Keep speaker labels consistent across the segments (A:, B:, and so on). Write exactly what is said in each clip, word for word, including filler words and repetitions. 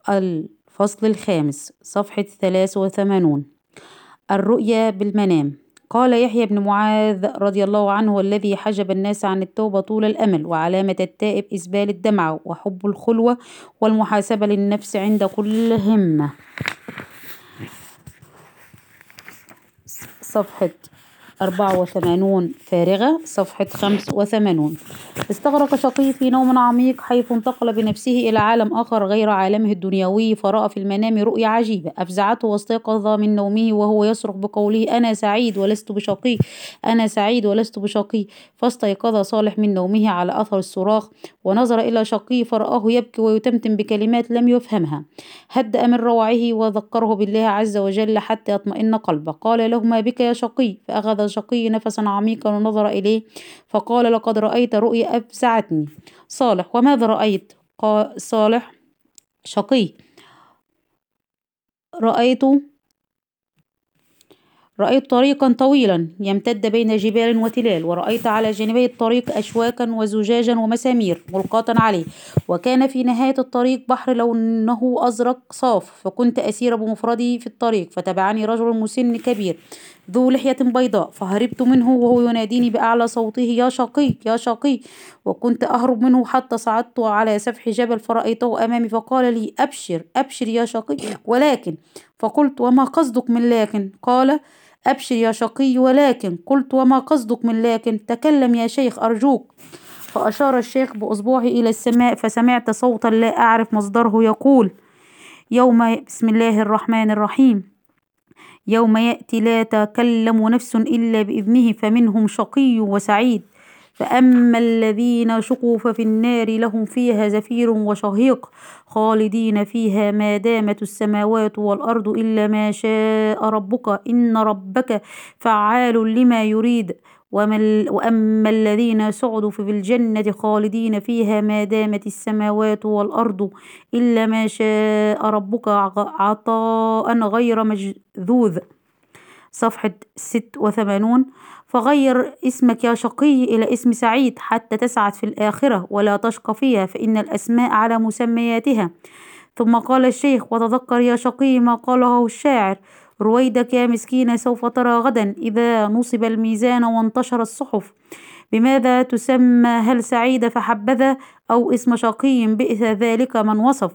A: الفصل الخامس صفحة ثلاثة وثمانون. الرؤيا بالمنام. قال يحيى بن معاذ رضي الله عنه: والذي حجب الناس عن التوبة طول الأمل، وعلامة التائب إسبال الدمعة وحب الخلوة والمحاسبة للنفس عند كل همة. صفحة أربعة وثمانون فارغة. صفحة خمسة وثمانون. استغرق شقي في نوم عميق، حيث انتقل بنفسه إلى عالم آخر غير عالمه الدنيوي، فرأى في المنام رؤيا عجيبة أفزعته، واستيقظ من نومه وهو يصرخ بقوله: أنا سعيد ولست بشقي، أنا سعيد ولست بشقي. فاستيقظ صالح من نومه على أثر الصراخ، ونظر إلى شقيه فرآه يبكي ويتمتم بكلمات لم يفهمها. هدأ من روعه وذكره بالله عز وجل حتى يطمئن قلبه. قال له: ما بك يا شقي؟ فأخذ شقي نفسا عميقا ونظر إليه فقال: لقد رأيت رؤيا أفزعتني. صالح: وماذا رأيت؟ قال صالح شقي: رأيت رأيت طريقا طويلا يمتد بين جبال وتلال، ورأيت على جانبي الطريق أشواكا وزجاجا ومسامير ملقاة عليه، وكان في نهاية الطريق بحر لونه أزرق صاف، فكنت أسير بمفردي في الطريق، فتبعني رجل مسن كبير ذو لحية بيضاء، فهربت منه وهو يناديني بأعلى صوته: يا شقي يا شقي. وكنت أهرب منه حتى صعدت على سفح جبل فرأيته أمامي، فقال لي: أبشر أبشر يا شقي، ولكن. فقلت: وما قصدك من لكن؟ قال: أبشر يا شقي ولكن. قلت: وما قصدك من لكن؟ تكلم يا شيخ أرجوك. فأشار الشيخ بإصبعه إلى السماء، فسمعت صوتا لا أعرف مصدره يقول: يوم بسم الله الرحمن الرحيم يوم يأتي لا تكلم نفس إلا بإذنه، فمنهم شقي وسعيد، فأما الذين شقوا ففي النار لهم فيها زفير وشهيق، خالدين فيها ما دامت السماوات والأرض إلا ما شاء ربك إن ربك فعال لما يريد. وأما الذين سعدوا ففي الجنة خالدين فيها ما دامت السماوات والأرض إلا ما شاء ربك عطاء غير مجذوذ. صفحة ستة وثمانون. فغير اسمك يا شقي إلى اسم سعيد حتى تسعد في الآخرة ولا تشقى فيها، فإن الأسماء على مسمياتها. ثم قال الشيخ: وتذكر يا شقي ما قاله الشاعر: رويدك يا مسكين سوف ترى غدا إذا نصب الميزان وانتشر الصحف. بماذا تسمى؟ هل سعيد فحبذا، أو اسم شقي بئس ذلك من وصف.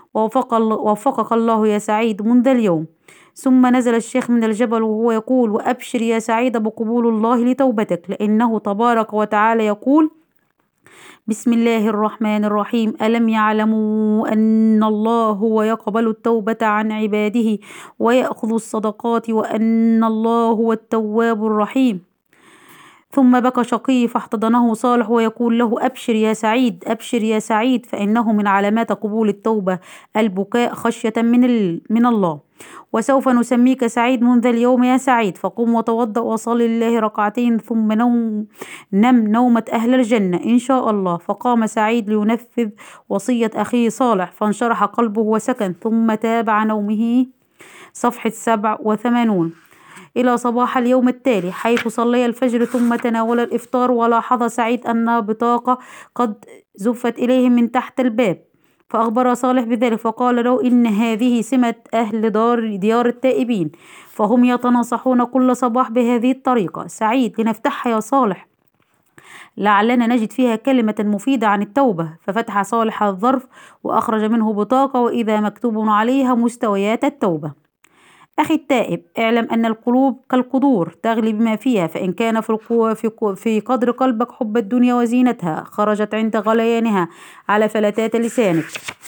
A: ووفقك الله يا سعيد منذ اليوم. ثم نزل الشيخ من الجبل وهو يقول: وأبشر يا سعيد بقبول الله لتوبتك، لأنه تبارك وتعالى يقول: بسم الله الرحمن الرحيم ألم يعلموا أن الله هو يقبل التوبة عن عباده ويأخذ الصدقات وأن الله هو التواب الرحيم. ثم بكى شقي فاحتضنه صالح ويقول له: أبشر يا سعيد أبشر يا سعيد، فإنه من علامات قبول التوبة البكاء خشية من, من الله. وسوف نسميك سعيد منذ اليوم يا سعيد، فقم وتوضأ وصل لله ركعتين ثم نوم نم نومة أهل الجنة إن شاء الله. فقام سعيد لينفذ وصية أخيه صالح، فانشرح قلبه وسكن، ثم تابع نومه. صفحة سبعة وثمانون. إلى صباح اليوم التالي، حيث صلي الفجر ثم تناول الإفطار، ولاحظ سعيد أن بطاقة قد زفت إليه من تحت الباب، فأخبر صالح بذلك، فقال له: إن هذه سمة أهل دار ديار التائبين، فهم يتناصحون كل صباح بهذه الطريقة. سعيد: لنفتحها يا صالح، لعلنا نجد فيها كلمة مفيدة عن التوبة. ففتح صالح الظرف وأخرج منه بطاقة، وإذا مكتوب عليها مستويات التوبة. أخي التائب، اعلم أن القلوب كالقدور تغلي بما فيها، فإن كان في, القوة في, في قدر قلبك حب الدنيا وزينتها خرجت عند غليانها على فلتات لسانك.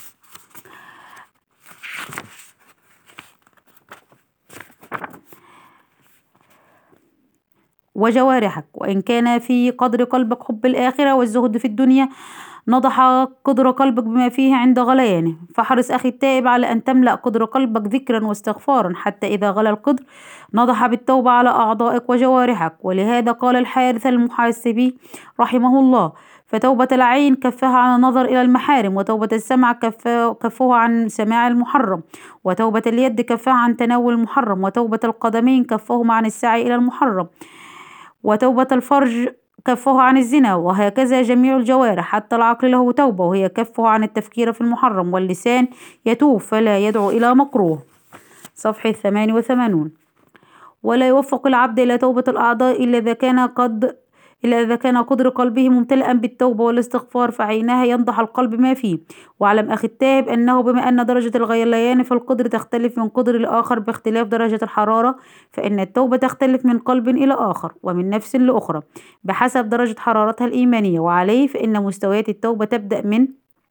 A: وجوارحك، وإن كان في قدر قلبك حب الآخرة والزهد في الدنيا نضح قدر قلبك بما فيه عند غليانه. فاحرص أخي التائب على أن تملأ قدر قلبك ذكرا واستغفارا، حتى إذا غلى القدر نضح بالتوبة على أعضائك وجوارحك. ولهذا قال الحارث المحاسبي رحمه الله: فتوبة العين كفها عن النظر إلى المحارم، وتوبة السمع كفه عن سماع المحرم، وتوبة اليد كفها عن تناول المحرم، وتوبة القدمين كفهما عن السعي إلى المحرم، وتوبة الفرج كفه عن الزنا، وهكذا جميع الجوارح حتى العقل له توبة وهي كفه عن التفكير في المحرم، واللسان يتوب فلا يدعو إلى مكروه. صفحة ثمانية وثمانون. ولا يوفق العبد إلى توبة الأعضاء إلا إذا كان قد إلا إذا كان قدر قلبه ممتلئا بالتوبة والاستغفار، فحينها ينضح القلب ما فيه. واعلم أخي التائب أنه بما أن درجة الغليان في القدر تختلف من قدر لآخر باختلاف درجة الحرارة، فإن التوبة تختلف من قلب إلى آخر ومن نفس لأخرى بحسب درجة حرارتها الإيمانية، وعليه فإن مستويات التوبة تبدأ من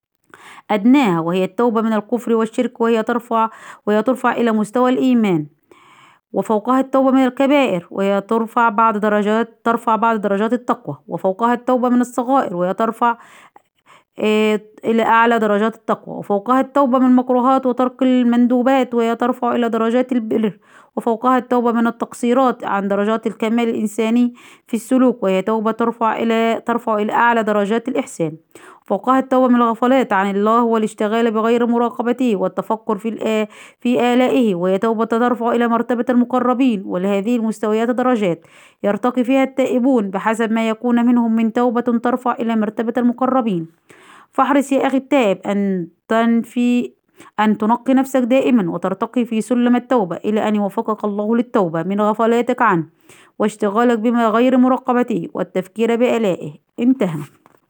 A: أدناها وهي التوبة من الكفر والشرك، وهي ترفع وهي ترفع إلى مستوى الإيمان، وفوقها التوبة من الكبائر وهي ترفع بعض درجات ترفع بعض درجات التقوى، وفوقها التوبة من الصغائر وهي ترفع آه، إلى أعلى درجات التقوى، وفوقها التوبة من المكروهات وترك المندوبات وهي ترفع إلى درجات البر، وفوقها التوبة من التقصيرات عن درجات الكمال الإنساني في السلوك وهي توبة ترفع إلى ترفع إلى أعلى درجات الإحسان، وفوقها التوبة من الغفلات عن الله والاشتغال بغير مراقبته والتفكر في الآ في آلائه وهي توبة ترفع إلى مرتبة المقربين. ولهذه المستويات درجات يرتقي فيها التائبون بحسب ما يكون منهم من توبة ترفع إلى مرتبة المقربين. فاحرص يا أخي التائب أن تنفي أن تنقي نفسك دائما وترتقي في سلم التوبة إلى أن يوفقك الله للتوبة من غفلاتك عنه واشتغالك بما غير مراقبته والتفكير بآلائه. انتهى.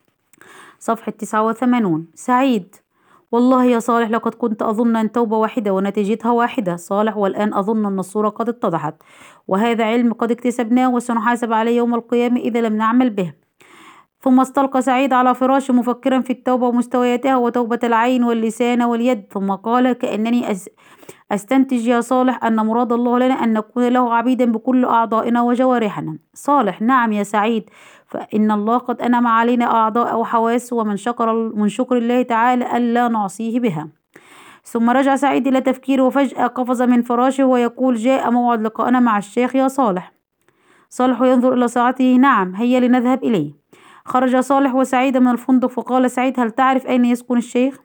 A: صفحة تسعة وثمانون. سعيد: والله يا صالح لقد كنت أظن أن توبة واحدة ونتيجتها واحدة. صالح: والآن أظن أن الصورة قد اتضحت، وهذا علم قد اكتسبناه وسنحاسب عليه يوم القيامة إذا لم نعمل به. ثم استلقى سعيد على فراشه مفكرا في التوبة ومستوياتها وتوبة العين واللسان واليد، ثم قال: كأنني أس أستنتج يا صالح أن مراد الله لنا أن نكون له عبيدا بكل أعضائنا وجوارحنا. صالح: نعم يا سعيد، فإن الله قد أنعم علينا أعضاء وحواس، ومن شكر من شكر الله تعالى ألا نعصيه بها. ثم رجع سعيد إلى تفكيره وفجأة قفز من فراشه ويقول: جاء موعد لقائنا مع الشيخ يا صالح. صالح ينظر إلى ساعته: نعم، هيا لنذهب إليه. خرج صالح وسعيد من الفندق، فقال سعيد: هل تعرف أين يسكن الشيخ؟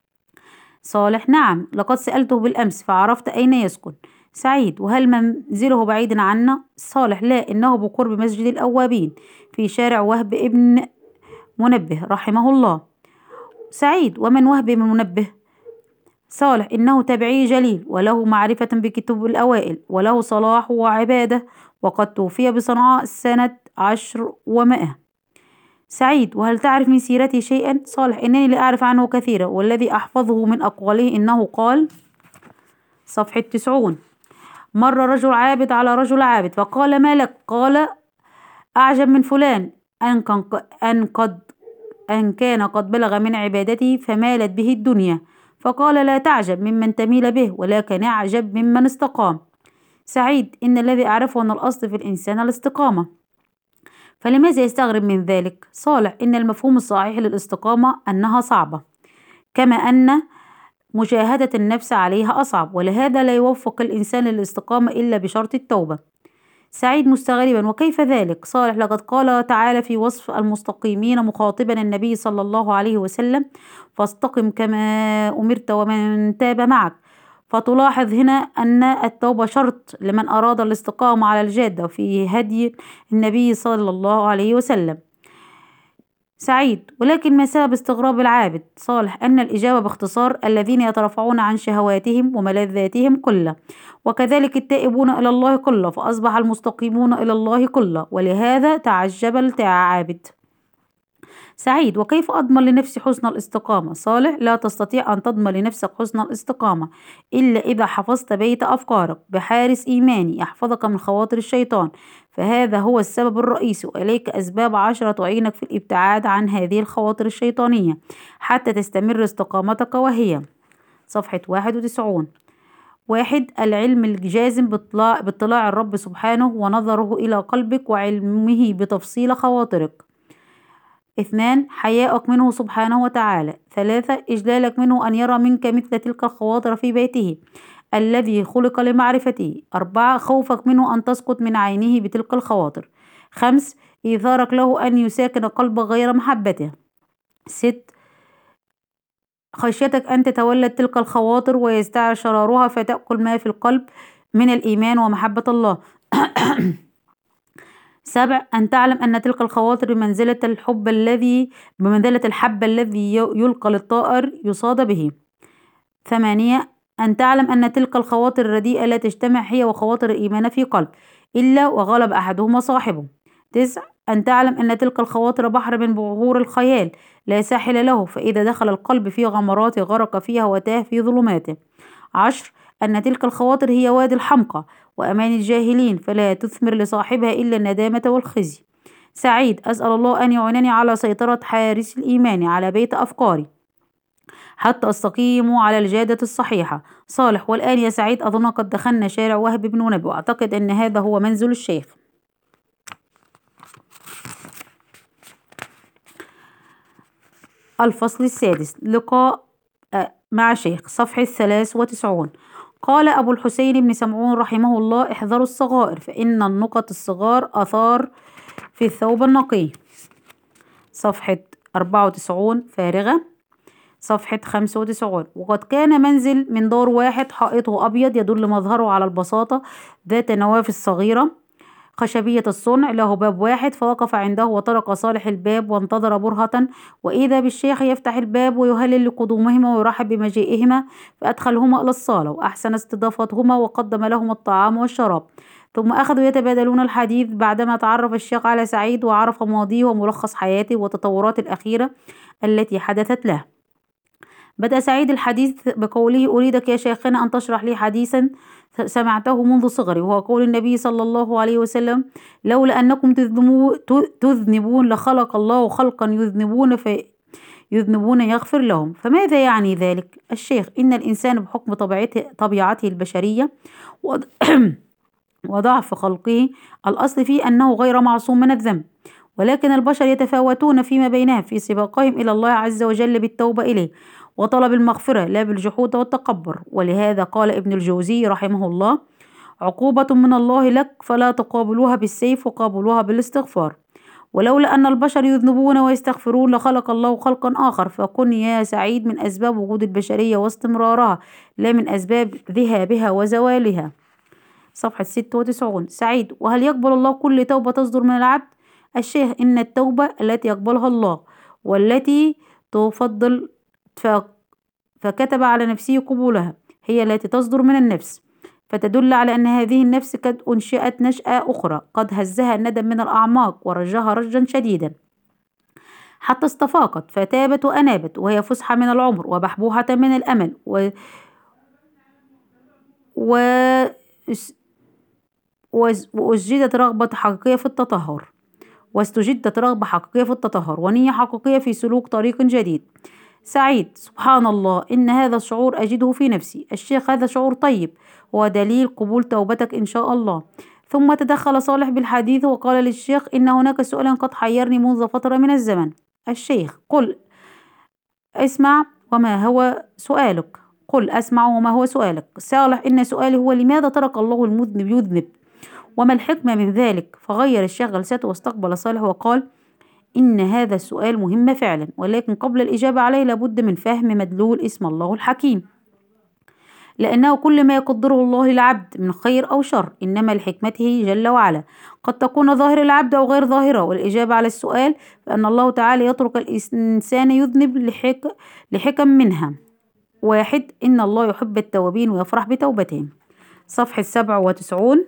A: صالح: نعم، لقد سألته بالأمس فعرفت أين يسكن. سعيد: وهل منزله بعيد عنا؟ صالح: لا، إنه بقرب مسجد الأوابين في شارع وهب ابن منبه رحمه الله. سعيد: ومن وهب بن منبه؟ صالح: إنه تابعي جليل وله معرفة بكتب الأوائل وله صلاح وعبادة، وقد توفي بصنعاء سنة عشر ومائة. سعيد: وهل تعرف من سيرته شيئا؟ صالح: إنني لا أعرف عنه كثيرا، والذي أحفظه من أقواله إنه قال. صفحة تسعون. مر رجل عابد على رجل عابد فقال: ما لك؟ قال: أعجب من فلان أن أن قد أن كان قد بلغ من عبادته فمالت به الدنيا. فقال: لا تعجب ممن تميل به، ولكن أعجب ممن استقام. سعيد: إن الذي أعرفه أن الأصل في الإنسان الاستقامة، فلماذا يستغرب من ذلك؟ صالح: إن المفهوم الصحيح للاستقامة أنها صعبة، كما أن مجاهدة النفس عليها أصعب، ولهذا لا يوفق الإنسان للاستقامة إلا بشرط التوبة. سعيد مستغربا: وكيف ذلك؟ صالح: لقد قال تعالى في وصف المستقيمين مخاطبا النبي صلى الله عليه وسلم: فاستقم كما أمرت ومن تاب معك. فتلاحظ هنا أن التوبة شرط لمن أراد الاستقامة على الجادة في هدي النبي صلى الله عليه وسلم. سعيد: ولكن ما سبب استغراب العابد؟ صالح: أن الإجابة باختصار: الذين يترفعون عن شهواتهم وملذاتهم قلة، وكذلك التائبون إلى الله قلة، فأصبح المستقيمون إلى الله قلة، ولهذا تعجب العابد. سعيد: وكيف أضمن لنفسي حسن الاستقامة؟ صالح: لا تستطيع أن تضمن لنفسك حسن الاستقامة إلا إذا حفظت بيت أفكارك بحارس إيماني يحفظك من خواطر الشيطان، فهذا هو السبب الرئيسي، وإليك أسباب عشرة تعينك في الابتعاد عن هذه الخواطر الشيطانية حتى تستمر استقامتك، وهي. صفحة واحد وتسعون. واحد: العلم الجازم باطلاع باطلاع الرب سبحانه ونظره إلى قلبك وعلمه بتفصيل خواطرك. اثنان: حياءك منه سبحانه وتعالى. ثلاثة: إجلالك منه أن يرى منك مثل تلك الخواطر في بيته الذي خلق لمعرفته. أربعة: خوفك منه أن تسقط من عينه بتلك الخواطر. خمس: إيثارك له أن يساكن قلبك غير محبته. ست: خشيتك أن تتولد تلك الخواطر ويستعر شرارها فتأكل ما في القلب من الإيمان ومحبة الله. سبع أن تعلم أن تلك الخواطر بمنزلة الحب الذي بمنزلة الحب الذي يلقى للطائر يصاد به. ثمانية أن تعلم أن تلك الخواطر الرديئة لا تجتمع هي وخواطر الإيمان في قلب إلا وغلب أحدهما صاحبه. تسع أن تعلم أن تلك الخواطر بحر من بحور الخيال لا ساحل له، فإذا دخل القلب في غمراته غرق فيها وتاه في ظلماته. عشر أن تلك الخواطر هي وادي الحمقى وأمان الجاهلين، فلا تثمر لصاحبها إلا الندامة والخزي. سعيد أسأل الله أن يعينني على سيطرة حارس الإيمان على بيت أفكاري حتى أستقيم على الجادة الصحيحة. صالح: والآن يا سعيد أظن قد دخلنا شارع وهب بن منبه، وأعتقد أن هذا هو منزل الشيخ. الفصل السادس: لقاء مع شيخ، صفحة ثلاث وتسعون. قال أبو الحسين بن سمعون رحمه الله: احذروا الصغائر فإن النقط الصغار آثار في الثوب النقي. صفحة أربعة وتسعون فارغة. صفحة خمسة وتسعون. وقد كان منزل من دور واحد حائطه أبيض يدل مظهره على البساطة، ذات نوافذ صغيرة خشبية الصنع، له باب واحد، فوقف عنده وطرق صالح الباب وانتظر برهة، وإذا بالشيخ يفتح الباب ويهلل لقدومهما ويرحب بمجيئهما، فأدخلهما إلى الصالة وأحسن استضافتهما وقدم لهما الطعام والشراب، ثم أخذوا يتبادلون الحديث بعدما تعرف الشيخ على سعيد وعرف ماضيه وملخص حياته والتطورات الأخيرة التي حدثت له. بدأ سعيد الحديث بقوله: أريدك يا شيخنا أن تشرح لي حديثا سمعته منذ صغري، وهو قول النبي صلى الله عليه وسلم: لولا أنكم تذنبون لخلق الله خلقا يذنبون في يذنبون يغفر لهم. فماذا يعني ذلك؟ الشيخ: إن الإنسان بحكم طبيعته, طبيعته البشرية وضعف خلقه الأصل فيه أنه غير معصوم من الذنب، ولكن البشر يتفاوتون فيما بينهم في سباقهم إلى الله عز وجل بالتوبة إليه وطلب المغفرة لا بالجحود والتكبر. ولهذا قال ابن الجوزي رحمه الله: عقوبة من الله لك فلا تقابلوها بالسيف وقابلوها بالاستغفار. ولولا أن البشر يذنبون ويستغفرون لخلق الله خلقا آخر، فكن يا سعيد من أسباب وجود البشرية واستمرارها لا من أسباب ذهابها وزوالها. صفحة ستة وتسعون. سعيد: وهل يقبل الله كل توبة تصدر من العبد؟ الشيخ: إن التوبة التي يقبلها الله والتي تفضل فكتب على نفسه قبولها هي التي تصدر من النفس، فتدل على أن هذه النفس قد أنشئت نشأة أخرى قد هزها الندم من الأعماق ورجها رجا شديدا حتى استفاقت فتابت وأنابت، وهي فسحة من العمر وبحبوحة من الأمل و... و... وأسجدت رغبة حقيقية في التطهر واستجدت رغبة حقيقية في التطهر ونية حقيقية في سلوك طريق جديد. سعيد: سبحان الله، إن هذا الشعور أجده في نفسي. الشيخ: هذا شعور طيب، هو دليل قبول توبتك إن شاء الله. ثم تدخل صالح بالحديث وقال للشيخ: إن هناك سؤالا قد حيرني منذ فترة من الزمن. الشيخ: قل اسمع وما هو سؤالك. قل أسمع وما هو سؤالك. صالح: إن سؤالي هو: لماذا ترك الله المذنب يذنب، وما الحكمة من ذلك؟ فغير الشيخ جلسته واستقبل صالح وقال: إن هذا السؤال مهم فعلا، ولكن قبل الإجابة عليه لابد من فهم مدلول اسم الله الحكيم، لأنه كل ما يقدره الله للعبد من خير أو شر إنما لحكمته جل وعلا، قد تكون ظاهر العبد أو غير ظاهرة. والإجابة على السؤال فأن الله تعالى يترك الإنسان يذنب لحك... لحكم منها. واحد: إن الله يحب التوابين ويفرح بتوبتهم. صفحة سبعة وتسعون.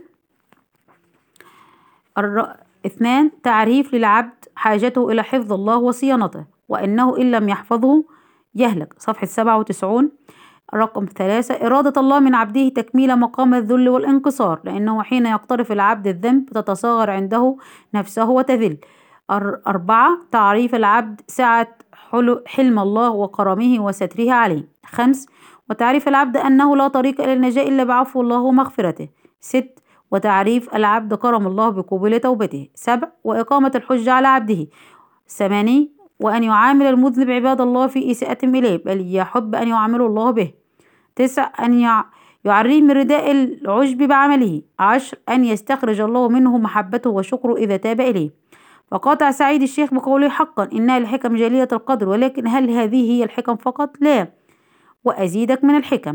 A: الر... اثنان: تعريف للعبد حاجته إلى حفظ الله وصيانته، وأنه إن لم يحفظه يهلك. صفحة سبعة وتسعون. رقم ثلاثة: إرادة الله من عبده تكميل مقام الذل والانكسار، لأنه حين يقترف العبد الذنب تتصاغر عنده نفسه وتذل. أربعة: تعريف العبد سعة حلم الله وكرمه وستره عليه. خمس: وتعريف العبد أنه لا طريق إلى النجاة إلا بعفو الله ومغفرته. ست: وتعريف العبد كرم الله بقبول توبته. سبع: وإقامة الحجة على عبده. ثمانية: وأن يعامل المذنب عباد الله في إساءة إليه بل يحب أن يعامل الله به. تسع: أن يعريه من رداء العجب بعمله. عشر: أن يستخرج الله منه محبته وشكره إذا تاب إليه. فقاطع سعيد الشيخ بقوله: حقا إنها الحكم جلية القدر، ولكن هل هذه هي الحكم فقط؟ لا، وأزيدك من الحكم.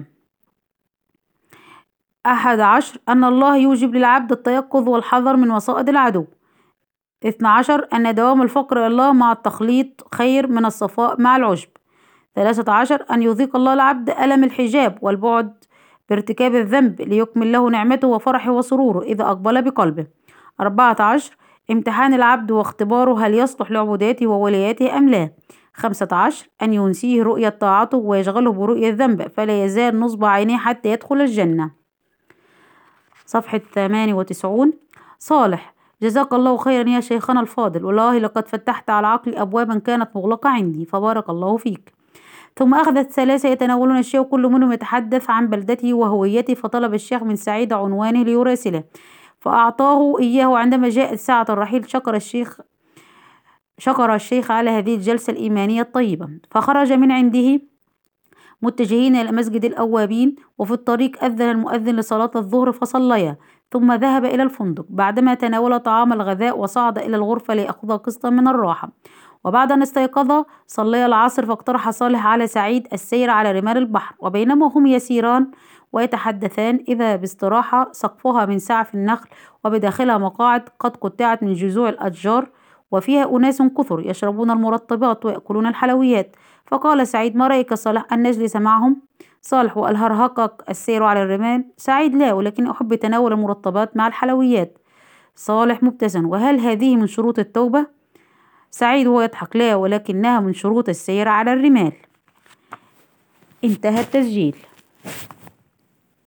A: أحد عشر: أن الله يوجب للعبد التيقظ والحذر من وصائد العدو. اثنا عشر أن دوام الفقر إلى الله مع التخليط خير من الصفاء مع العجب. ثلاثة عشر أن يذيق الله العبد ألم الحجاب والبعد بارتكاب الذنب ليكمل له نعمته وفرحه وسروره إذا أقبل بقلبه. أربعة عشر امتحان العبد واختباره هل يصلح لعبوداته وولاياته أم لا. خمسة عشر أن ينسيه رؤية طاعته ويشغله برؤية الذنب فلا يزال نصب عينيه حتى يدخل الجنة. صفحة ثمانية وتسعين. صالح: جزاك الله خيرا يا شيخنا الفاضل، والله لقد فتحت على عقلي أبوابا كانت مغلقة عندي، فبارك الله فيك. ثم أخذت ثلاثة يتناولون الشيء وكل منهم يتحدث عن بلدته وهويته، فطلب الشيخ من سعيد عنوانه ليراسله فأعطاه إياه. عندما جاءت ساعة الرحيل شكر الشيخ شكر الشيخ على هذه الجلسة الإيمانية الطيبة، فخرج من عنده متجهين إلى مسجد الأوابين، وفي الطريق أذن المؤذن لصلاة الظهر فصليا، ثم ذهب إلى الفندق. بعدما تناول طعام الغذاء وصعد إلى الغرفة ليأخذ قسطا من الراحة، وبعد أن استيقظ صلي العصر، فاقترح صالح على سعيد السير على رمال البحر. وبينما هم يسيران ويتحدثان إذا باستراحة سقفها من سعف النخل وبداخلها مقاعد قد قطعت من جذوع الأشجار وفيها أناس كثر يشربون المرطبات ويأكلون الحلويات. فقال سعيد: ما رأيك صالح أن نجلس معهم؟ صالح: وهل هرهقك السير على الرمال؟ سعيد: لا، ولكن أحب تناول المرطبات مع الحلويات. صالح مبتسم: وهل هذه من شروط التوبة؟ سعيد وهو يضحك: لا، ولكنها من شروط السير على الرمال. انتهى التسجيل.